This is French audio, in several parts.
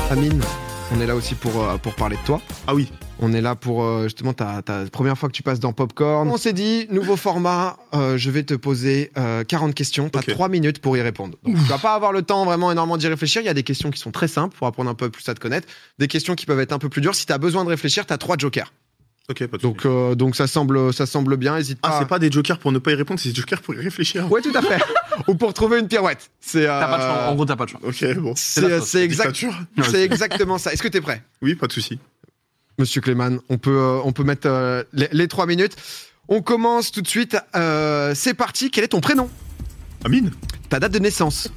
Amine, on est là aussi pour parler de toi. Ah oui. On est là pour justement ta première fois que tu passes dans Popcorn. On s'est dit, nouveau format, je vais te poser 40 questions. Tu as 3 minutes pour y répondre. Donc, tu vas pas avoir le temps vraiment énormément d'y réfléchir. Il y a des questions qui sont très simples pour apprendre un peu plus à te connaître. Des questions qui peuvent être un peu plus dures. Si tu as besoin de réfléchir, tu as 3 jokers. Ok, pas de souci. Donc ça semble bien. Hésite pas. Ah, c'est pas des jokers pour ne pas y répondre, c'est des jokers pour y réfléchir. Ouais, tout à fait. Ou pour trouver une pirouette. T'as pas de choix. En gros, t'as pas de choix. Ok, bon. C'est exactement ça. Est-ce que t'es prêt? Oui, pas de souci. Monsieur Clément, on peut mettre les 3 minutes. On commence tout de suite. C'est parti. Quel est ton prénom? Amine. Ta date de naissance?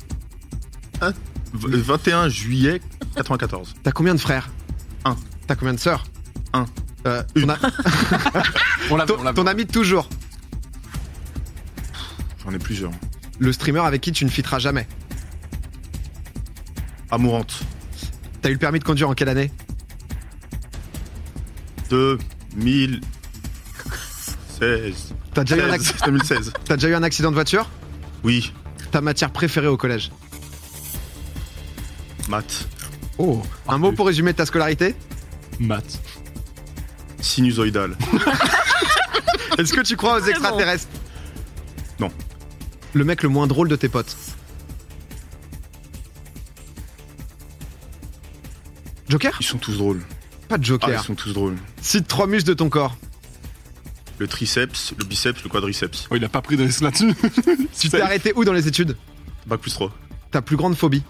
21 juillet 94. T'as combien de frères? 1. T'as combien de sœurs? 1. Ton, Ton ami de toujours? J'en ai plusieurs. Le streamer avec qui tu ne fitteras jamais? Amourante. T'as eu le permis de conduire en quelle année? 2016. T'as déjà, 2016. T'as déjà eu un accident de voiture? Oui. Ta matière préférée au collège? Maths. Oh. Un mot pour résumer ta scolarité? Maths. Sinusoïdal. Est-ce que tu crois aux extraterrestres? Non. Le mec le moins drôle de tes potes? Joker? Ils sont tous drôles. Pas de joker. Ah, ils sont tous drôles. Cite 3 muscles de ton corps. Le triceps, le biceps, le quadriceps. Oh, il a pas pris de risque là-dessus. Tu t'es arrêté où dans les études? Bac plus 3. Ta plus grande phobie?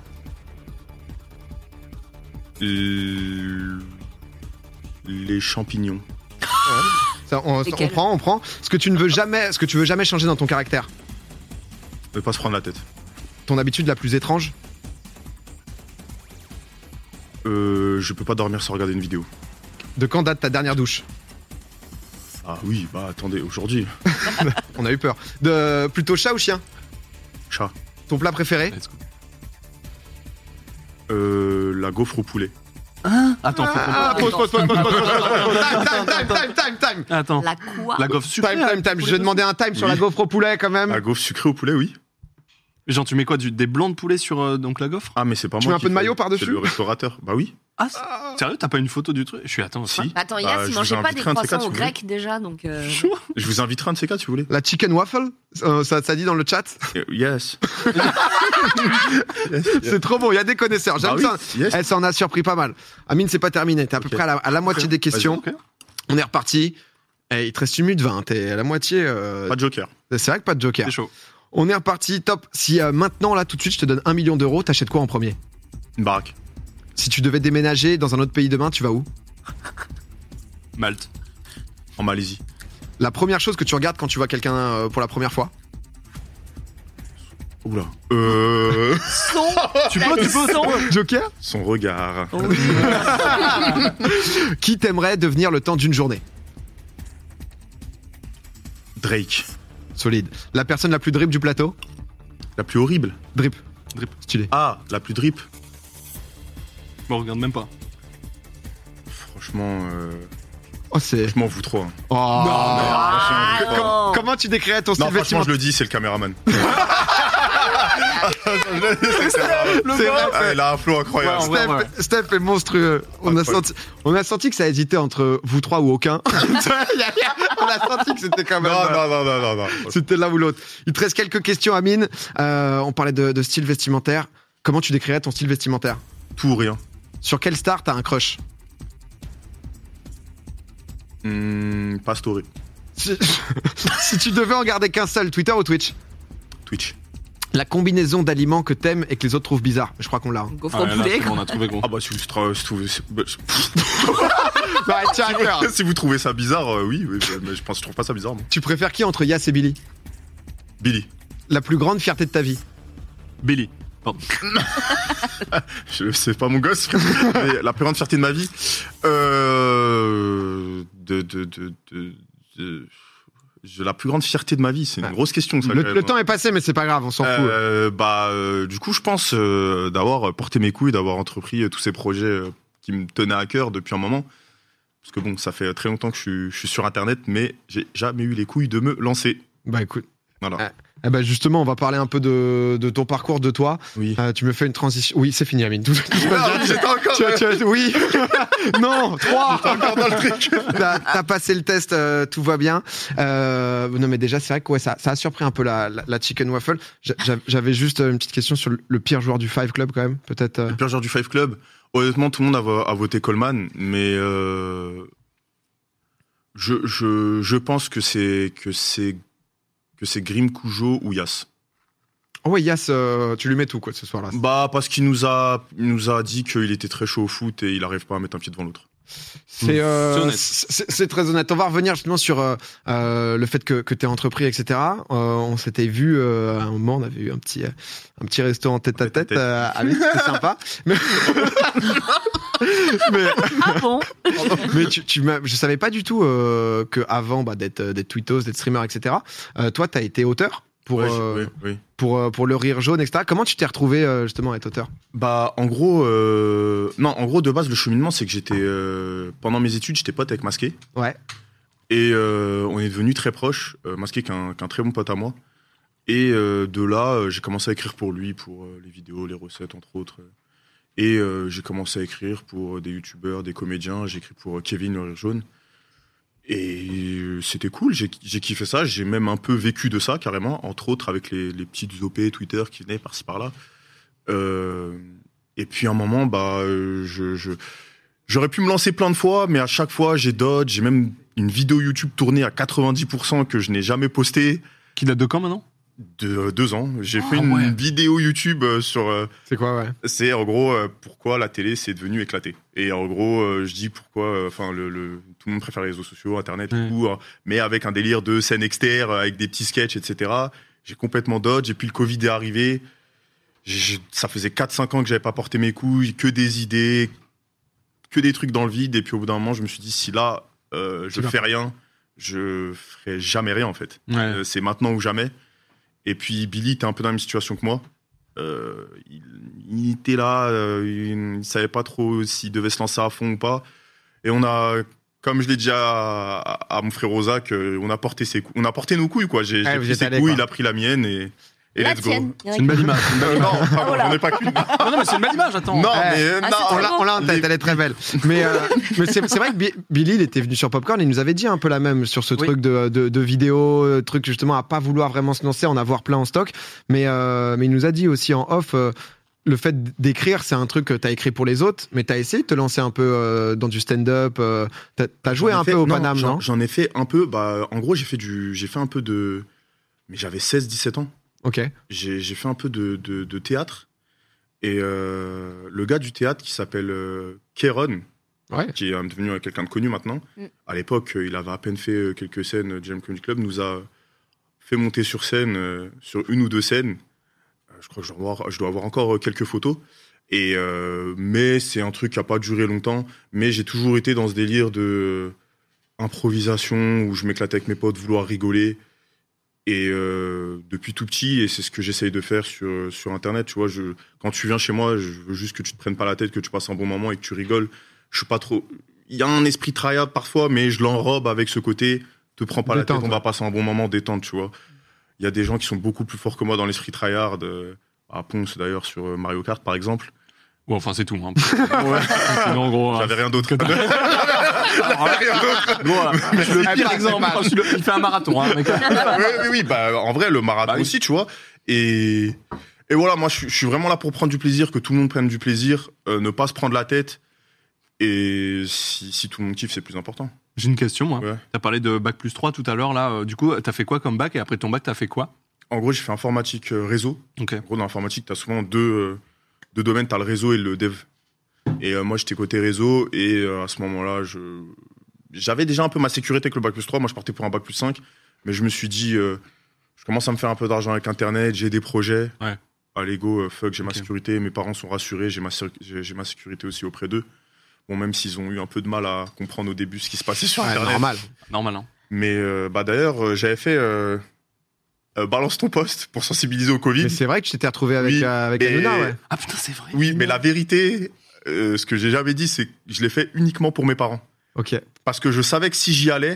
Les champignons. Ça, on prend. Ce que tu veux jamais changer dans ton caractère? Ne pas se prendre la tête. Ton habitude la plus étrange? Je peux pas dormir sans regarder une vidéo. De quand date ta dernière douche? Ah oui, bah attendez, aujourd'hui. On a eu peur. Plutôt chat ou chien? Chat. Ton plat préféré? Let's go. La gaufre au poulet. Attends, Pause. Time. Attends. La quoi? La gaufre sucrée. Time. Je vais demander un time sur la gaufre au poulet quand même. La gaufre sucrée au poulet, oui. Genre, tu mets quoi? Des blancs de poulet sur donc la gaufre? Ah, mais c'est pas Tu moi. mets un peu de maillot par-dessus? C'est le restaurateur. Bah oui. Ah, sérieux? T'as pas une photo du truc? Je suis attends. Si. Attends, Bah, Yass, il je mangeait vous pas des inviterai un de ces croissants quatre, au si vous grec déjà, donc. Je vous inviterai un de ces quatre si vous voulez. La chicken waffle? Ça dit dans le chat? Yes. C'est trop bon, il y a des connaisseurs. J'aime Bah ça. oui, yes. Elle s'en a surpris pas mal. Amine, c'est pas terminé. T'es à peu près à la moitié des questions. Vas-y. On est reparti. Et il te reste 1 minute 20. T'es à la moitié. Pas de joker. C'est vrai que pas de joker. C'est chaud. On est reparti. Top. Si maintenant, là, tout de suite, je te donne 1 million d'euros, t'achètes quoi en premier? Une baraque. Si tu devais déménager dans un autre pays demain, tu vas où? Malte. En Malaisie. La première chose que tu regardes quand tu vois quelqu'un pour la première fois? Oula. Son. Tu peux. Joker? Son regard. Qui t'aimerait devenir le temps d'une journée? Drake. Solide. La personne la plus drip du plateau? La plus horrible. Drip. Stylé. Ah, la plus drip. Bon, regarde même pas. Franchement, Oh, c'est. je m'en fous trop. Hein. Oh. Ah, non. Comment tu décrirais ton Non, style franchement, vestimentaire? je le dis, c'est le caméraman. C'est vrai. Ah, il a un flow incroyable. Ouais, ouais. Steph est monstrueux. On a senti que ça hésitait entre vous trois ou aucun. On a senti que c'était quand même. Non. C'était l'un ou l'autre. Il te reste quelques questions, Amine. On parlait de style vestimentaire. Comment tu décrirais ton style vestimentaire? Tout ou rien. Sur quelle star t'as un crush? Pastore. Si tu devais en garder qu'un seul, Twitter ou Twitch? Twitch. La combinaison d'aliments que t'aimes et que les autres trouvent bizarre. Je crois qu'on l'a. Hein. Gaufre au poulet. On a trouvé gros. Ah bah si vous Ouais, tiens, à cœur. si vous trouvez ça bizarre, oui, mais je trouve pas ça bizarre. Non. Tu préfères qui entre Yass et Billy? Billy. La plus grande fierté de ta vie? Billy. Pardon. C'est pas mon gosse, mais la plus grande fierté de ma vie. La plus grande fierté de ma vie, c'est une grosse question. Ça, Le temps est passé, mais c'est pas grave, on s'en fout. Du coup, je pense d'avoir porté mes couilles, d'avoir entrepris tous ces projets qui me tenaient à cœur depuis un moment. Parce que bon, ça fait très longtemps que je suis sur Internet, mais j'ai jamais eu les couilles de me lancer. Bah écoute, Voilà. Eh ben justement, on va parler un peu de ton parcours, de toi. Oui. Tu me fais une transition. Oui, c'est fini, Amine. Tout se passe bien. J'étais encore. Oui. Non, 3. Encore dans le truc. T'as passé le test, tout va bien. Non, mais déjà, c'est vrai que ça a surpris un peu la Chicken Waffle. J'avais juste une petite question sur le pire joueur du Five Club, quand même. Peut-être. Le pire joueur du Five Club. Honnêtement, tout le monde a voté Coleman, mais je pense que c'est Grim Cujo ou Yas. Oh ouais, Yas, tu lui mets tout, quoi, ce soir-là. Bah, parce qu'il nous a dit qu'il était très chaud au foot et il arrive pas à mettre un pied devant l'autre. C'est très honnête. On va revenir justement sur le fait que tu es entrepris, etc. On s'était vu à un moment, on avait eu un petit resto en tête à tête. C'était sympa. Mais... Ah bon? Mais je savais pas du tout que avant d'être tweetos, d'être streamer, etc. Toi, tu as été auteur pour le Rire Jaune, etc. Comment tu t'es retrouvé justement à être auteur? Bah en gros de base le cheminement c'est que j'étais pendant mes études j'étais pote avec Masqué. Ouais. Et on est devenus très proches. Masqué qu'un très bon pote à moi. Et de là j'ai commencé à écrire pour lui pour les vidéos, les recettes entre autres. Et j'ai commencé à écrire pour des youtubeurs, des comédiens. J'ai écrit pour Kevin le Rire Jaune. Et c'était cool, j'ai kiffé ça, j'ai même un peu vécu de ça carrément, entre autres avec les petites OP Twitter qui venaient par-ci par-là. Et puis à un moment, j'aurais pu me lancer plein de fois, mais à chaque fois j'ai dodge, j'ai même une vidéo YouTube tournée à 90% que je n'ai jamais postée. Qui date de quand maintenant? De 2 ans. J'ai fait une vidéo YouTube sur... c'est quoi, ouais? C'est en gros pourquoi la télé c'est devenu éclaté. Et en gros, je dis pourquoi... Enfin, tout le monde préfère les réseaux sociaux, Internet et tout, mais avec un délire de scène externe, avec des petits sketchs, etc. J'ai complètement dodge. Et puis le Covid est arrivé. Ça faisait 4-5 ans que j'avais pas porté mes couilles, que des idées, que des trucs dans le vide. Et puis au bout d'un moment, je me suis dit, si là, je fais rien, je ferai jamais rien en fait. Ouais. C'est maintenant ou jamais. Et puis Billy était un peu dans la même situation que moi. Il était là, il ne savait pas trop s'il devait se lancer à fond ou pas. Et on a, comme je l'ai dit à mon frère Rosac, on a porté nos couilles quoi. J'ai pris ses couilles, il a pris la mienne et let's go. C'est une belle image. Non, pardon, j'en ai pas qu'une. Non, mais c'est une belle image, attends. Non, On l'a en tête, elle est très belle. Mais c'est vrai que Billy, il était venu sur Popcorn, il nous avait dit un peu la même sur ce truc de vidéo, truc justement à pas vouloir vraiment se lancer, en avoir plein en stock. Mais il nous a dit aussi en off, le fait d'écrire, c'est un truc que t'as écrit pour les autres, mais t'as essayé de te lancer un peu dans du stand-up, t'as joué un peu au Paname, non? J'en ai fait un peu, en gros, j'ai fait un peu de... Mais j'avais 16-17 ans. Ok. J'ai fait un peu de théâtre. Et le gars du théâtre qui s'appelle Kéron, qui est devenu quelqu'un de connu maintenant, à l'époque, il avait à peine fait quelques scènes du Jam Comedy Club, nous a fait monter sur scène, sur une ou 2 scènes. Je crois que je dois avoir encore quelques photos. Et, mais c'est un truc qui n'a pas duré longtemps. Mais j'ai toujours été dans ce délire de improvisation où je m'éclatais avec mes potes, vouloir rigoler. Et depuis tout petit, et c'est ce que j'essaye de faire sur Internet, tu vois, quand tu viens chez moi, je veux juste que tu te prennes pas la tête, que tu passes un bon moment et que tu rigoles. Je suis pas trop... Il y a un esprit tryhard parfois, mais je l'enrobe avec ce côté, te prends pas détente, la tête, on va passer un bon moment détente, tu vois. Il y a des gens qui sont beaucoup plus forts que moi dans l'esprit tryhard, à Ponce d'ailleurs, sur Mario Kart par exemple. Ouais, enfin, c'est tout. Hein. Sinon, en gros, j'avais rien d'autre. Le pire exemple, il fait un marathon. Hein, mec. Oui, en vrai, le marathon aussi, tu vois. Et voilà, moi, je suis vraiment là pour prendre du plaisir, que tout le monde prenne du plaisir, ne pas se prendre la tête. Et si tout le monde kiffe, c'est plus important. J'ai une question, moi. Ouais. T'as parlé de bac plus 3 tout à l'heure, là. Du coup, t'as fait quoi comme bac? Et après ton bac, t'as fait quoi? En gros, j'ai fait informatique réseau. Okay. En gros, dans l'informatique, t'as souvent deux domaines, t'as le réseau et le dev. Et moi, j'étais côté réseau, et à ce moment-là, j'avais déjà un peu ma sécurité avec le bac plus 3. Moi, je partais pour un bac plus 5. Mais je me suis dit, je commence à me faire un peu d'argent avec Internet, j'ai des projets. Ouais. Allez, go, fuck, j'ai ma sécurité. Mes parents sont rassurés, j'ai ma sécurité aussi auprès d'eux. Bon, même s'ils ont eu un peu de mal à comprendre au début ce qui se passait sur Internet. Normal, hein. Mais d'ailleurs, j'avais fait balance ton poste pour sensibiliser au Covid. Mais c'est vrai que tu t'étais retrouvé avec Hanouna, ouais. Ah putain, c'est vrai. Oui, mais la vérité, ce que j'ai jamais dit, c'est que je l'ai fait uniquement pour mes parents. Ok. Parce que je savais que si j'y allais,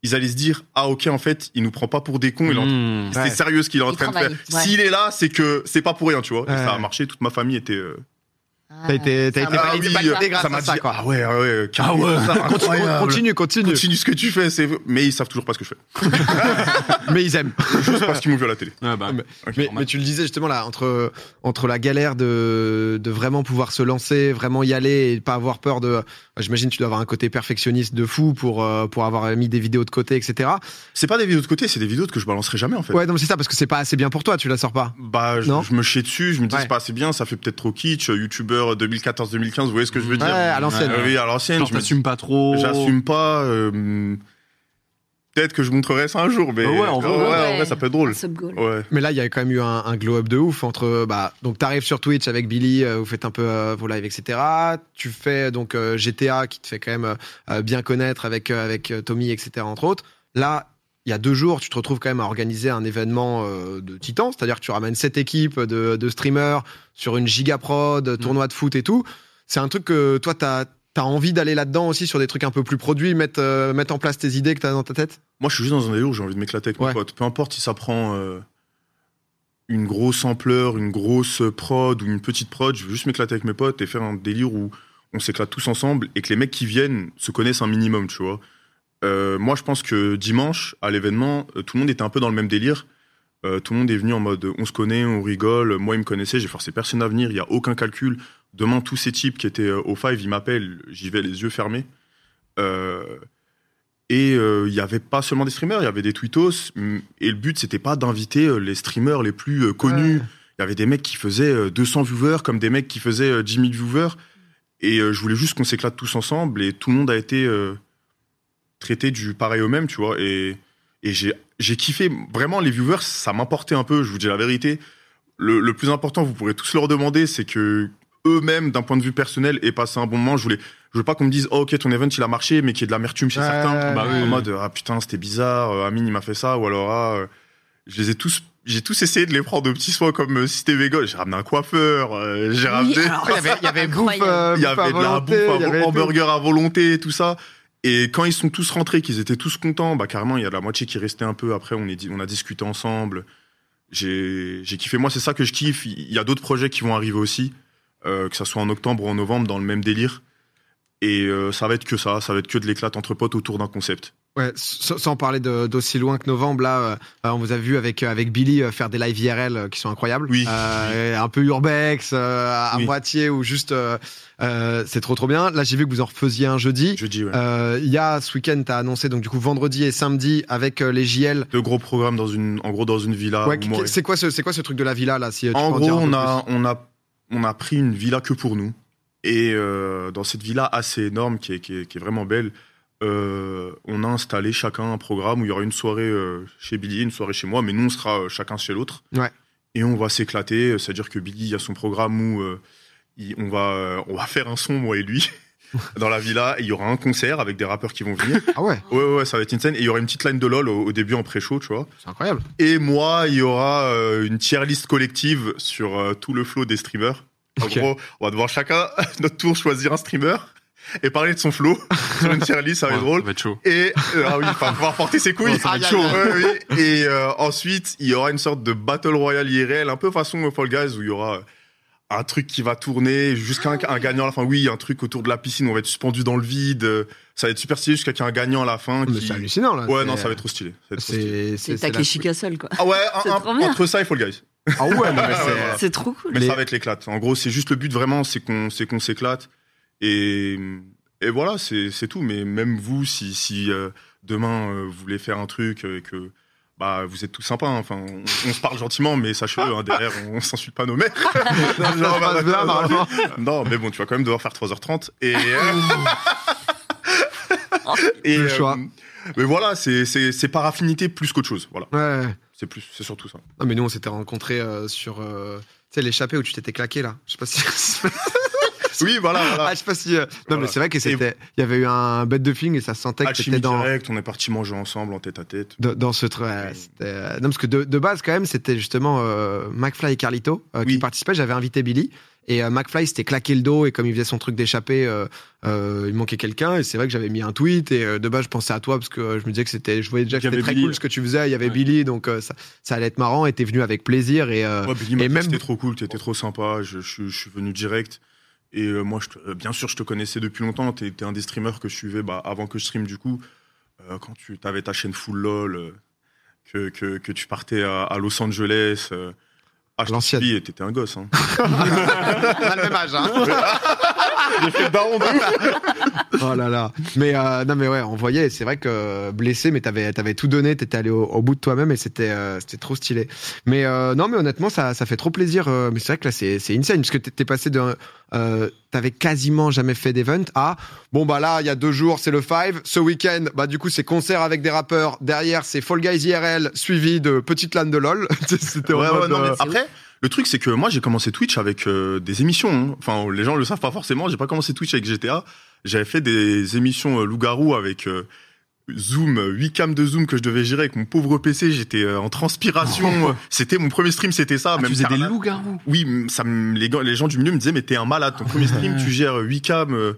ils allaient se dire ah ok en fait il nous prend pas pour des cons, c'est sérieux ce qu'il est en train de faire. S'il est là, c'est que c'est pas pour rien, tu vois. Et ça a marché, toute ma famille était. T'as été validé grâce à ça, quoi. Ah ouais. Continue. Continue ce que tu fais, mais ils savent toujours pas ce que je fais. Mais ils aiment. Juste parce qu'ils m'ont vu à la télé. Mais tu le disais justement là, entre la galère de vraiment pouvoir se lancer, vraiment y aller et pas avoir peur de. J'imagine que tu dois avoir un côté perfectionniste de fou pour avoir mis des vidéos de côté, etc. C'est pas des vidéos de côté, c'est des vidéos que je balancerai jamais en fait. Ouais, non, mais c'est ça, parce que c'est pas assez bien pour toi, tu la sors pas. Bah, je me chiais dessus, je me dis c'est pas assez bien, ça fait peut-être trop kitsch, youtubeur 2014-2015, vous voyez ce que je veux dire? Ouais, à l'ancienne. Oui, à l'ancienne. Je m'assume pas trop. J'assume pas. Peut-être que je montrerai ça un jour, mais en vrai, ça peut être drôle. Ouais. Mais là, il y a quand même eu un glow-up de ouf entre. Donc, t'arrives sur Twitch avec Billy, vous faites un peu vos lives, etc. Tu fais donc GTA qui te fait quand même bien connaître avec Tommy, etc. entre autres. Là, il y a 2 jours, tu te retrouves quand même à organiser un événement de titan, c'est-à-dire que tu ramènes 7 équipes de streamers sur une giga prod, tournoi de foot et tout. C'est un truc que toi, t'as envie d'aller là-dedans aussi sur des trucs un peu plus produits, mettre en place tes idées que t'as dans ta tête? Moi, je suis juste dans un délire où j'ai envie de m'éclater avec mes potes. Peu importe si ça prend une grosse ampleur, une grosse prod ou une petite prod, je veux juste m'éclater avec mes potes et faire un délire où on s'éclate tous ensemble et que les mecs qui viennent se connaissent un minimum, tu vois. Moi, je pense que dimanche, à l'événement, tout le monde était un peu dans le même délire. Tout le monde est venu en mode on se connaît, on rigole. Moi, ils me connaissaient, j'ai forcé personne à venir, il n'y a aucun calcul. Demain, tous ces types qui étaient au Five, ils m'appellent, j'y vais les yeux fermés. Et il n'y avait pas seulement des streamers, il y avait des tweetos. Et le but, c'était pas d'inviter les streamers les plus connus. Il y avait des mecs qui faisaient 200 viewers comme des mecs qui faisaient 10 000 viewers. Et je voulais juste qu'on s'éclate tous ensemble. Et tout le monde a été traité du pareil au même, tu vois. Et j'ai kiffé. Vraiment, les viewers, ça m'importait un peu, je vous dis la vérité. Le plus important, vous pourrez tous leur demander, c'est que eux-mêmes, d'un point de vue personnel, aient passé un bon moment. Je veux pas qu'on me dise, oh, ok, ton event, il a marché, mais qu'il y ait de l'amertume chez certains. En mode, ah putain, c'était bizarre, Amine, il m'a fait ça, ou alors, j'ai tous essayé de les prendre de petits soins comme si c'était vegan. J'ai ramené un coiffeur, j'ai ramené. Il y avait bouffe, il y avait de la bouffe, hamburger à volonté, tout ça. Et quand ils sont tous rentrés, qu'ils étaient tous contents, bah carrément, il y a de la moitié qui restait un peu. Après, on a discuté ensemble. J'ai kiffé. Moi, c'est ça que je kiffe. Il y a d'autres projets qui vont arriver aussi, que ça soit en octobre ou en novembre, dans le même délire. Et ça va être que ça. Ça va être que de l'éclate entre potes autour d'un concept. Ouais, sans parler d'aussi loin que novembre, là, on vous a vu avec Billy faire des lives IRL qui sont incroyables. Oui. Un peu urbex, à moitié ou juste, c'est trop bien. Là, j'ai vu que vous en refaisiez un jeudi. Jeudi, ouais. Il y a ce week-end, t'as annoncé donc du coup vendredi et samedi avec les JL. 2 gros programmes dans une villa. Ouais, c'est quoi ce truc de la villa là, si tu en peux gros, en dire on a pris une villa que pour nous. Et dans cette villa assez énorme qui est vraiment belle. On a installé chacun un programme où il y aura une soirée chez Billy, une soirée chez moi, mais nous on sera chacun chez l'autre. Ouais. Et on va s'éclater, c'est-à-dire que Billy a son programme où on va faire un son, moi et lui, dans la villa, et il y aura un concert avec des rappeurs qui vont venir. Ah ouais. Ouais, ça va être insane. Et il y aura une petite line de LOL au début en pré-show, tu vois. C'est incroyable. Et moi, il y aura une tier list collective sur tout le flow des streamers. En gros, on va devoir chacun, notre tour, choisir un streamer et parler de son flow sur une tier list, ça va être drôle. Ça va être chaud. Et il va pouvoir porter ses couilles. Ça va être chaud. Oui. Et ensuite, il y aura une sorte de battle royale IRL, un peu façon Fall Guys, où il y aura un truc qui va tourner jusqu'à un gagnant à la fin. Oui, un truc autour de la piscine où on va être suspendu dans le vide. Ça va être super stylé jusqu'à qu'il y ait un gagnant à la fin. Mais c'est hallucinant là. Ouais, non, ça va être trop stylé. C'est Takeshi Castle, quoi. Ah ouais, entre ça et Fall Guys. Ah ouais, non, mais c'est trop cool. Mais ça va être l'éclate. En gros, c'est juste le but vraiment, c'est qu'on s'éclate. Et voilà, c'est tout. Mais même vous, si demain vous voulez faire un truc et que vous êtes tous sympas. Hein. Enfin, on se parle gentiment, mais sachez-le, derrière, on s'insulte pas nos mères. Non, mais bon, tu vas quand même devoir faire 3h30. Et le choix. Mais voilà, c'est par affinité plus qu'autre chose. Voilà. Ouais. C'est surtout ça. Non, mais nous, on s'était rencontrés sur tu sais, l'échappée où tu t'étais claqué là. Je sais pas si. Oui, voilà. Ah, je sais pas si. Non, mais c'est vrai que il y avait eu un bête de feeling et ça se sentait que t'étais dans. Direct, on est parti manger ensemble en tête à tête. Dans ce truc. Non, parce que de base, quand même, c'était justement McFly et Carlito qui participaient. J'avais invité Billy. Et McFly s'était claqué le dos et comme il faisait son truc d'échappée, il manquait quelqu'un. Et c'est vrai que j'avais mis un tweet et de base je pensais à toi parce que je me disais que je voyais déjà que c'était très cool ce que tu faisais. Il y avait Billy, donc ça allait être marrant. Et t'es venu avec plaisir. Et Billy, même c'était trop cool, t'étais trop sympa. Je suis venu direct. Et moi, bien sûr, je te connaissais depuis longtemps. T'es un des streamers que je suivais avant que je stream du coup. Quand tu avais ta chaîne Full LOL, que tu partais à Los Angeles. L'ancienne. Et t'étais un gosse. Hein. On a le même âge. Hein. J'ai fait le daron de Oh là là. Mais non mais ouais, on voyait. C'est vrai que blessé, mais t'avais tout donné. T'étais allé au bout de toi-même et c'était trop stylé. Mais non, mais honnêtement, ça fait trop plaisir. Mais c'est vrai que là, c'est insane parce que t'es passé de t'avais quasiment jamais fait d'event à bon bah là il y a 2 jours c'est le 5, ce week-end bah du coup c'est concert avec des rappeurs, derrière c'est Fall Guys IRL suivi de petite LAN de LOL. C'était non, mais après le truc c'est que moi j'ai commencé Twitch avec des émissions, hein. Enfin les gens le savent pas forcément, j'ai pas commencé Twitch avec GTA, j'avais fait des émissions loup-garou avec Zoom, 8 cams de Zoom que je devais gérer avec mon pauvre PC, j'étais en transpiration. C'était mon premier stream, c'était ça. Même tu faisais des loups-garous. Oui, les gens du milieu me disaient mais t'es un malade, ton premier stream tu gères 8 cams.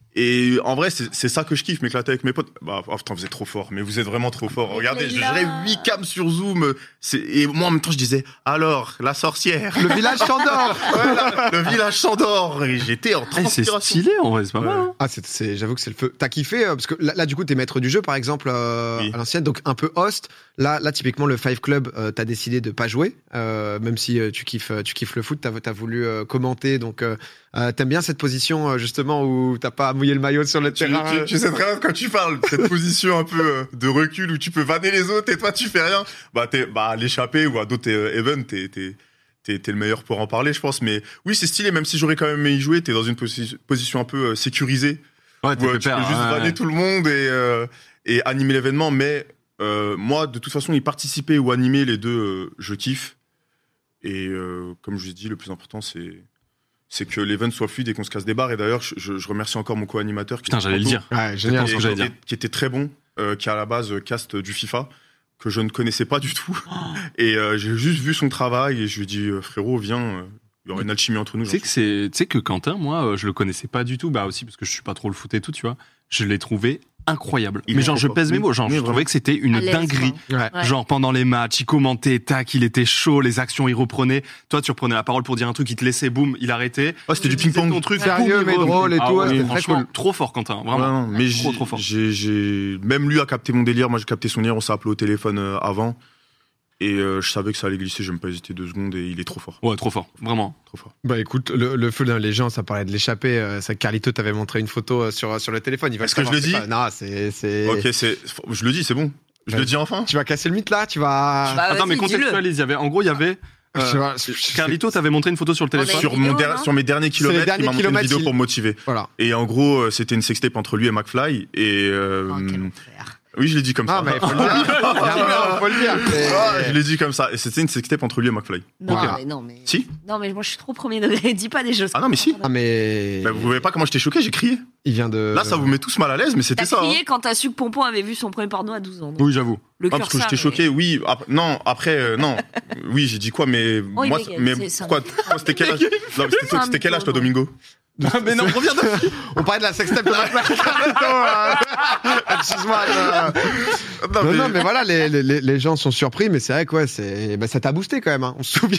Et en vrai, c'est ça que je kiffe, m'éclater avec mes potes. Bah, putain, vous êtes trop fort, mais vous êtes vraiment trop fort. Regardez, je gérais 8 cams sur Zoom. Et moi, en même temps, je disais, alors, la sorcière. Le village s'endort. Le village s'endort. Et j'étais en transpiration. C'est stylé, en vrai, c'est pas mal. Hein. Ah, j'avoue que c'est le feu. T'as kiffé, parce que là, du coup, t'es maître du jeu, par exemple, oui. À l'ancienne, donc un peu host. Là, typiquement, le Five Club, t'as décidé de pas jouer, même si tu kiffes le foot, t'as voulu commenter, donc t'aimes bien cette position, justement, où t'as pas mouillé le maillot sur le terrain. Tu sais très bien quand tu parles, cette position un peu de recul où tu peux vanner les autres et toi tu fais rien. À l'échappée ou à d'autres events, t'es le meilleur pour en parler, je pense. Mais oui, c'est stylé, même si j'aurais quand même aimé y jouer, t'es dans une position un peu sécurisée. Ouais, tu peux juste vanner tout le monde et animer l'événement. Mais moi, de toute façon, y participer ou animer, les deux, je kiffe. Et comme je vous ai dit, le plus important, c'est que l'event soit fluide et qu'on se casse des barres. Et d'ailleurs, je remercie encore mon co-animateur. Putain, j'allais le dire. Ouais, génial. Qui était très bon, qui à la base cast du FIFA, que je ne connaissais pas du tout. Et j'ai juste vu son travail et je lui ai dit, frérot, viens, il y aura une alchimie entre nous. Tu sais que Quentin, moi, je le connaissais pas du tout, bah aussi parce que je suis pas trop le foot et tout, tu vois. Je l'ai trouvé incroyable. Mais genre, je pèse mes mots, genre, je trouvais que c'était une dinguerie. Ouais. Genre, pendant les matchs, il commentait, tac, il était chaud, les actions, il reprenait. Toi, tu reprenais la parole pour dire un truc, il te laissait, boum, il arrêtait. Oh, c'était du ping-pong. Ton truc, sérieux, mais drôle et tout. Oui, c'était franchement, très cool. trop fort, Quentin, vraiment. Mais trop fort. Même lui a capté mon délire, moi j'ai capté son délire, on s'est appelé au téléphone avant. Et je savais que ça allait glisser, je n'ai même pas hésité 2 secondes et il est trop fort. Ouais, trop fort, vraiment. Trop fort. Bah écoute, le feu dans les gens, ça parlait de l'échapper. Ça, Carlito t'avait montré une photo sur le téléphone. Est-ce que je le dis ? Non, c'est. Ok, je le dis, c'est bon. Je le dis enfin. Tu vas casser le mythe là, tu vas. Bah, attends, mais contextualise. En gros, il y avait. Carlito t'avait montré une photo sur le téléphone. Sur mes derniers kilomètres, il m'a montré une vidéo pour me motiver. Voilà. Et en gros, c'était une sextape entre lui et McFly. Et. Oui, je l'ai dit comme ça. Ah, mais faut le dire. Faut le dire. Je l'ai dit comme ça. Et c'était une sextape entre lui et McFly. Non, mais non, mais. Si. Non, mais moi, je suis trop premier degré. Dis pas des choses. Ah non, mais si. Ah, mais. Bah, vous voyez pas comment j'étais choqué, j'ai crié. Il vient de. Là, ça vous met tous mal à l'aise, mais c'était ça. T'as crié quand t'as su que Pompon avait vu son premier porno à 12 ans. Donc. Oui, j'avoue. Le parce que j'étais choqué, oui. Non, oui, j'ai dit quoi, mais oui, moi, mais pourquoi c'était quel âge? Non, c'était quel âge, toi, Domingo? Mais non, reviens de... On parlait de la sextape de McFly. Excuse-moi. Non, mais voilà, les gens sont surpris, mais c'est vrai que ça t'a boosté quand même. Hein. On se souvient.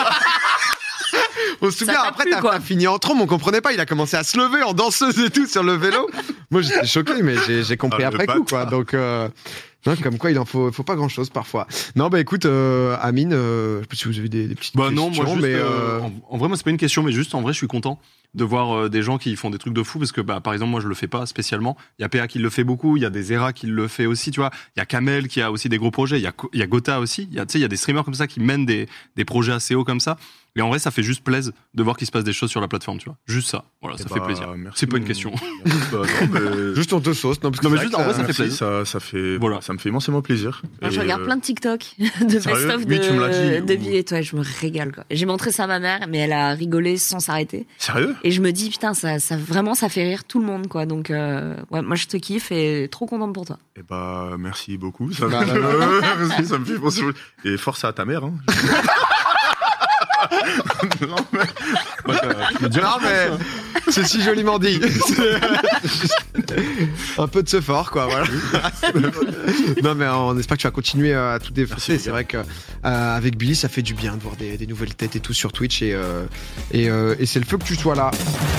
Après, t'as fini en trombe, on comprenait pas. Il a commencé à se lever en danseuse et tout sur le vélo. Moi, j'étais choqué, mais j'ai compris après coup, quoi. Donc, non, comme quoi, il en faut pas grand chose parfois. Non, bah écoute, Amine, je sais pas si vous avez des petites questions. Non, moi, juste, mais en vrai, moi, c'est pas une question, mais juste, en vrai, je suis content de voir des gens qui font des trucs de fou parce que par exemple moi je le fais pas spécialement, il y a PA qui le fait beaucoup, il y a des Zera qui le fait aussi, tu vois, il y a Kamel qui a aussi des gros projets, il y a Gotha aussi, il y a des streamers comme ça qui mènent des projets assez hauts comme ça. Et en vrai, ça fait juste plaisir de voir qu'il se passe des choses sur la plateforme, tu vois. Juste ça. Voilà, ça fait plaisir. C'est pas une question. Juste on te sauce. Non, mais juste en vrai, ça fait plaisir. Ça me fait immensément plaisir. Je regarde plein de TikTok de best-of de vie et toi, je me régale, quoi. J'ai montré ça à ma mère, mais elle a rigolé sans s'arrêter. Sérieux? Et je me dis, putain, ça vraiment, ça fait rire tout le monde, quoi. Donc, ouais, moi, je te kiffe et trop contente pour toi. Et merci beaucoup. Ça me fait penser. Et force à ta mère, hein. Non, mais c'est si joliment dit. Un peu de ce fort, quoi, voilà. Non, mais on espère que tu vas continuer à tout défoncer. C'est vrai que avec Billy, ça fait du bien de voir des nouvelles têtes et tout sur Twitch et c'est le feu que tu sois là.